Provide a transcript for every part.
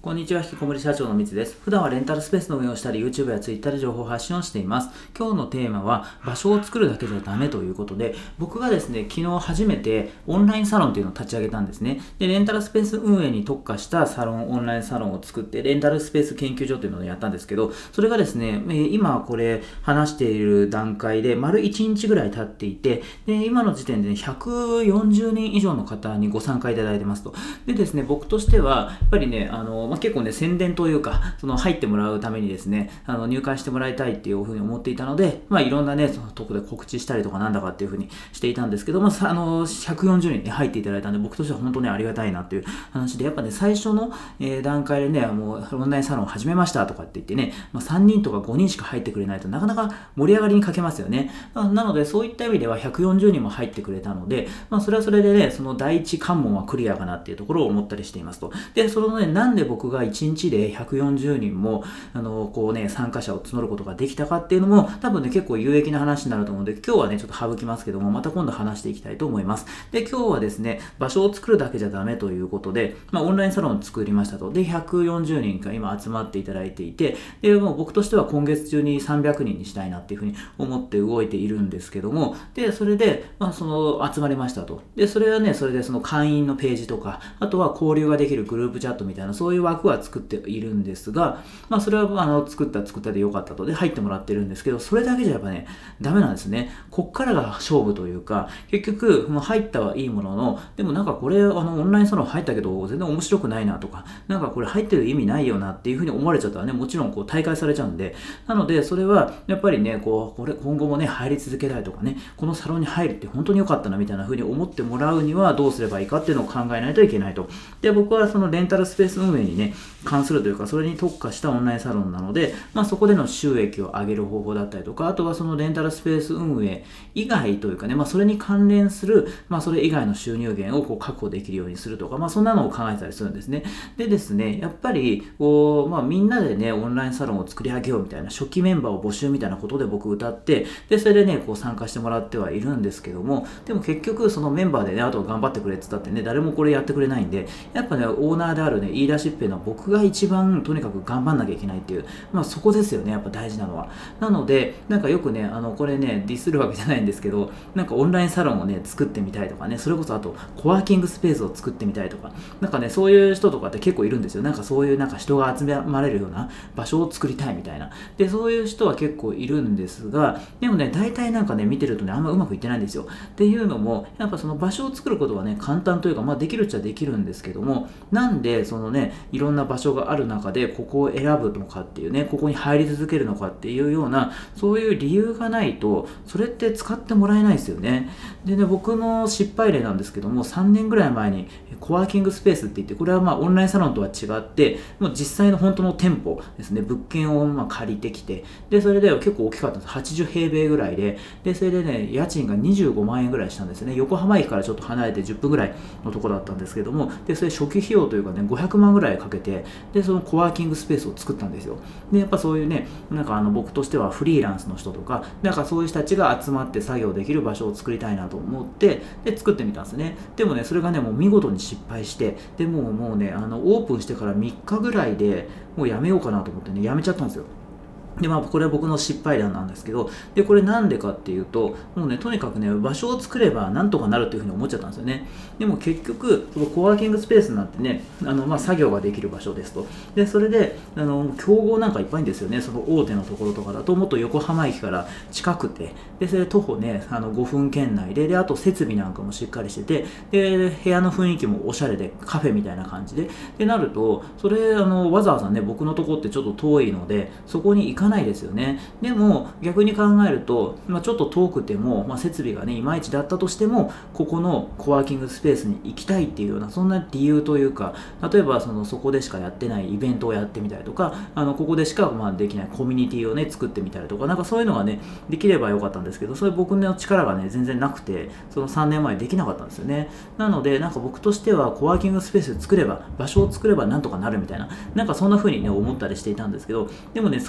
こんにちは、引きこもり社長のみつです。普段はレンタルスペースの運営をしたり、YouTube や Twitter で情報発信をしています。今日のテーマは、場所を作るだけじゃダメということで、僕がですね、昨日初めてオンラインサロンというのを立ち上げたんですね。で、レンタルスペース運営に特化したオンラインサロンを作って、レンタルスペース研究所というのをやったんですけど、それがですね、今これ話している段階で、丸1日ぐらい経っていて、で、今の時点で、ね、140人以上の方にご参加いただいてますと。でですね、僕としては、やっぱりね、結構ね、宣伝というか、入ってもらうためにですね、入会してもらいたいっていうふうに思っていたので、いろんなね、そのとこで告知したりとかなんだかっていうふうにしていたんですけど、140人ね、入っていただいたんで、僕としては本当にありがたいなっていう話で、やっぱね、最初の、段階でね、もうオンラインサロンを始めましたとかって言ってね、3人とか5人しか入ってくれないとなかなか盛り上がりに欠けますよね。なので、そういった意味では140人も入ってくれたので、それはそれでね、その第一関門はクリアかなっていうところを思ったりしていますと。で、そのね、なんで僕が1日で140人も参加者を募ることができたかっていうのも多分ね結構有益な話になると思うので、今日はねちょっと省きますけども、また今度話していきたいと思います。で、今日はですね、場所を作るだけじゃダメということで、オンラインサロンを作りましたと。で、140人が今集まっていただいていて、で、もう僕としては今月中に300人にしたいなっていうふうに思って動いているんですけども、で、それで、集まりましたと。で、それはね、それでその会員のページとか、あとは交流ができるグループチャットみたいな、そういう枠は作っているんですが、それは作ったでよかったと。で、入ってもらってるんですけど、それだけじゃやっぱね、ダメなんですね。こっからが勝負というか、結局、入ったはいいものの、でもなんかこれ、オンラインサロン入ったけど、全然面白くないなとか、なんかこれ入ってる意味ないよなっていうふうに思われちゃったらね、もちろん退会されちゃうんで、なので、それは、やっぱりね、今後もね、入り続けたいとかね、このサロンに入るって本当に良かったなみたいなふうに思ってもらうにはどうすればいいかっていうのを考えないといけないと。で、僕はそのレンタルスペース運営にね、関するというか、それに特化したオンラインサロンなので、そこでの収益を上げる方法だったりとか、あとはそのレンタルスペース運営以外というかね、それに関連する、それ以外の収入源を確保できるようにするとか、そんなのを考えたりするんですね。でですね、やっぱりみんなでね、オンラインサロンを作り上げようみたいな、初期メンバーを募集みたいなことで僕歌って、で、それでね、参加してもらってはいるんですけども、でも結局そのメンバーでね、あと頑張ってくれって言ったってね、誰もこれやってくれないんで、やっぱね、オーナーであるね、言い出しっぺの僕が一番とにかく頑張んなきゃいけないっていう、そこですよね、やっぱ大事なのは。なので、なんかよくね、これね、ディスるわけじゃないんですけど、なんかオンラインサロンをね、作ってみたいとかね、それこそあと、コワーキングスペースを作ってみたいとか、なんかね、そういう人とかって結構いるんですよ。なんかそういうなんか人が集まれるような場所を作りたいみたいな。で、そういう人は結構いるんですが、でもね、大体なんかね、見てるとね、あんまうまくいってないんですよ。っていうのも、やっぱその場所を作ることはね、簡単というか、できるっちゃできるんですけども、なんでそのね、いろんな場所がある中で、ここを選ぶのかっていうね、ここに入り続けるのかっていうような、そういう理由がないと、それって使ってもらえないですよね。でね、僕の失敗例なんですけども、3年ぐらい前にコワーキングスペースって言って、これはオンラインサロンとは違って、もう実際の本当の店舗ですね、物件を借りてきて、で、それで結構大きかったんです。80平米ぐらいで、で、それでね、家賃が25万円ぐらいしたんですね。横浜駅からちょっと離れて10分ぐらいのところだったんですけども、で、それ初期費用というかね、500万ぐらいかけて、で、そのコワーキングスペースを作ったんですよ。で、やっぱそういうね、なんか僕としてはフリーランスの人とか、なんかそういう人たちが集まって作業できる場所を作りたいなと思って、で、作ってみたんですね。でもね、それがね、もう見事に失敗して、で、もうね、オープンしてから3日ぐらいでもうやめようかなと思ってね、やめちゃったんですよ。で、これは僕の失敗談なんですけど、で、これなんでかっていうと、もうね、とにかくね、場所を作ればなんとかなるっていうふうに思っちゃったんですよね。でも結局、そのコワーキングスペースになってね、作業ができる場所ですと。で、それで、競合なんかいっぱいんですよね、その大手のところとかだと、もっと横浜駅から近くて、で、それで徒歩ね、5分圏内で、あと設備なんかもしっかりしてて、で、部屋の雰囲気もおしゃれで、カフェみたいな感じで、で、なると、それ、わざわざね、僕のとこってちょっと遠いので、そこに行かないですよね。でも逆に考えると、ちょっと遠くても、設備がねいまいちだったとしても、ここのコワーキングスペースに行きたいっていうような、そんな理由というか、例えばそこでしかやってないイベントをやってみたりとか、ここでしかできないコミュニティをね作ってみたりとか、なんかそういうのがねできればよかったんですけど、それ僕の力がね全然なくて、その3年前できなかったんですよね。なのでなんか僕としてはコワーキングスペース作れば、場所を作ればなんとかなるみたいな、なんかそんな風にね思ったりしていたんですけど、でもねそれはダ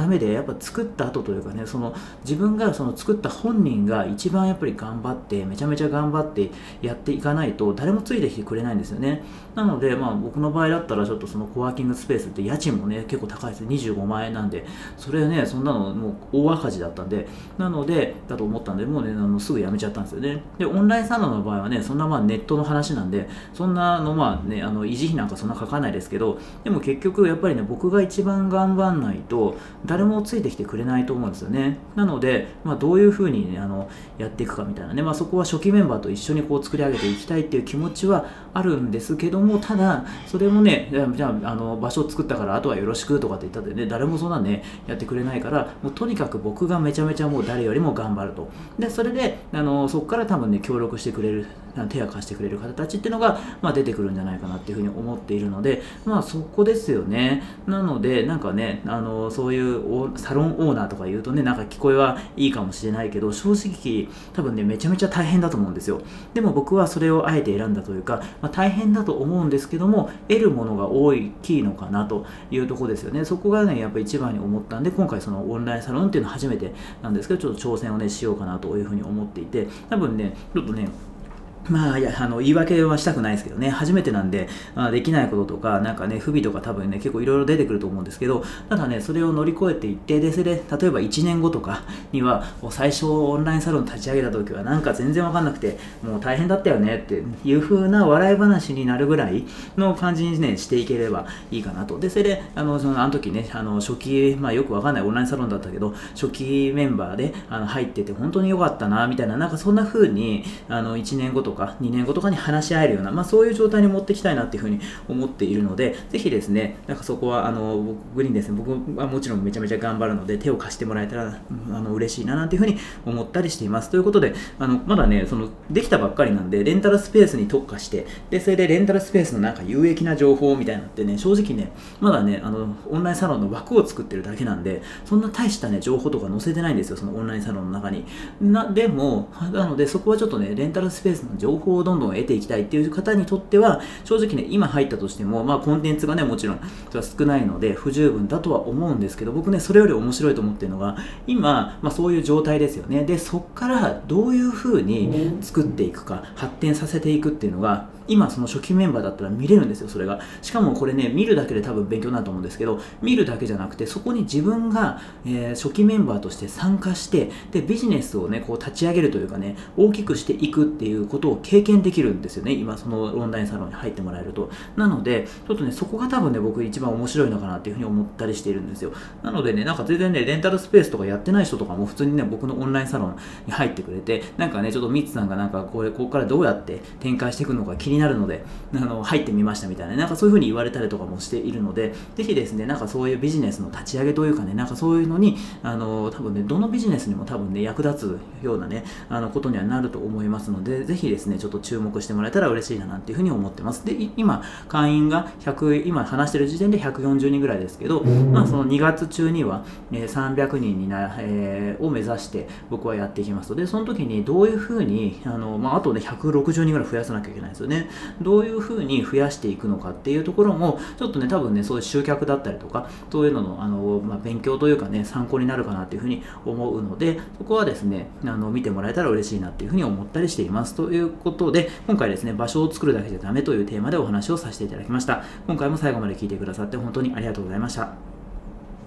ダメで、やっぱ作った後というかね、自分が作った本人が一番やっぱり頑張って、めちゃめちゃ頑張ってやっていかないと誰もついてきてくれないんですよね。なので、僕の場合だったらちょっとコワーキングスペースって家賃もね結構高いです。25万円なんで、それね、そんなのもう大赤字だったんで、なのでだと思ったんで、もうねすぐ辞めちゃったんですよね。でオンラインサロンの場合はね、そんなネットの話なんで、そんなの維持費なんかそんなかかんないですけど、でも結局やっぱりね、僕が一番頑張んないと誰もついてきてくれないと思うんですよね。なので、どういうふうに、ね、やっていくかみたいなね、そこは初期メンバーと一緒に作り上げていきたいっていう気持ちはあるんですけども、ただそれもね、じゃあ場所を作ったからあとはよろしくとかって言ったってね、誰もそんなねやってくれないから、もうとにかく僕がめちゃめちゃもう誰よりも頑張ると。でそれでそこから多分ね協力してくれる、手を貸してくれる方たちっていうのが、出てくるんじゃないかなっていうふうに思っているので、そこですよね。なのでなんかね、そういうサロンオーナーとか言うとね、なんか聞こえはいいかもしれないけど、正直多分ねめちゃめちゃ大変だと思うんですよ。でも僕はそれをあえて選んだというか、大変だと思うんですけども、得るものが大きいのかなというところですよね。そこがねやっぱり一番に思ったんで、今回オンラインサロンっていうのは初めてなんですけど、ちょっと挑戦をねしようかなというふうに思っていて、多分ねちょっとね言い訳はしたくないですけどね、初めてなんで、できないこととか、なんかね、不備とか多分ね、結構いろいろ出てくると思うんですけど、ただね、それを乗り越えていって、で、それで、例えば1年後とかには、最初オンラインサロン立ち上げた時は、なんか全然わかんなくて、もう大変だったよねっていう風な笑い話になるぐらいの感じにね、していければいいかなと。で、それで、あの時ね、初期、よくわかんないオンラインサロンだったけど、初期メンバーで入ってて、本当に良かったな、みたいな、なんかそんな風に、1年後とか2年後とかに話し合えるような、そういう状態に持っていきたいなっていうふうに思っているので、ぜひですね、なんかそこは僕にですね、僕はもちろんめちゃめちゃ頑張るので、手を貸してもらえたら嬉しいななんていうふうに思ったりしています。ということで、まだね、できたばっかりなんで、レンタルスペースに特化して、でそれでレンタルスペースのなんか有益な情報みたいなのってね、正直ね、まだね、オンラインサロンの枠を作ってるだけなんで、そんな大したね、情報とか載せてないんですよ、そのオンラインサロンの中に。でも、なので、そこはちょっとね、レンタルスペースの情報をどんどん得ていきたいっていう方にとっては、正直ね、今入ったとしても、コンテンツがね、もちろんそれは少ないので不十分だとは思うんですけど、僕ね、それより面白いと思ってるのが、今、そういう状態ですよね。で、そこからどういう風に作っていくか、発展させていくっていうのが、今その初期メンバーだったら見れるんですよ、それが。しかもこれね、見るだけで多分勉強になると思うんですけど、見るだけじゃなくて、そこに自分が、初期メンバーとして参加して、で、ビジネスをね、こう立ち上げるというかね、大きくしていくっていうことを経験できるんですよね、今そのオンラインサロンに入ってもらえると。なので、ちょっとね、そこが多分ね、僕一番面白いのかなっていうふうに思ったりしているんですよ。なのでね、なんか全然ね、レンタルスペースとかやってない人とかも普通にね、僕のオンラインサロンに入ってくれて、なんかね、ちょっとミッツさんがなんかここからどうやって展開していくのか気になるので、入ってみましたみたいな、なんかそういう風に言われたりとかもしているので、ぜひですね、なんかそういうビジネスの立ち上げというかね、なんかそういうのに、多分ね、どのビジネスにも多分ね、役立つようなね、ことにはなると思いますので、ぜひですね、ちょっと注目してもらえたら嬉しいななんていう風に思ってます。で、今、会員が今話してる時点で140人ぐらいですけど、その2月中には、300人を目指して僕はやっていきますので、その時にどういう風に、あとね、160人ぐらい増やさなきゃいけないですよね。どういう風に増やしていくのかっていうところも、ちょっとね、多分ね、そういう集客だったりとか、そういうのの、勉強というかね、参考になるかなっていう風に思うので、そこはですね、見てもらえたら嬉しいなっていう風に思ったりしています。ということで、今回ですね、場所を作るだけじゃダメというテーマでお話をさせていただきました。今回も最後まで聞いてくださって本当にありがとうございました。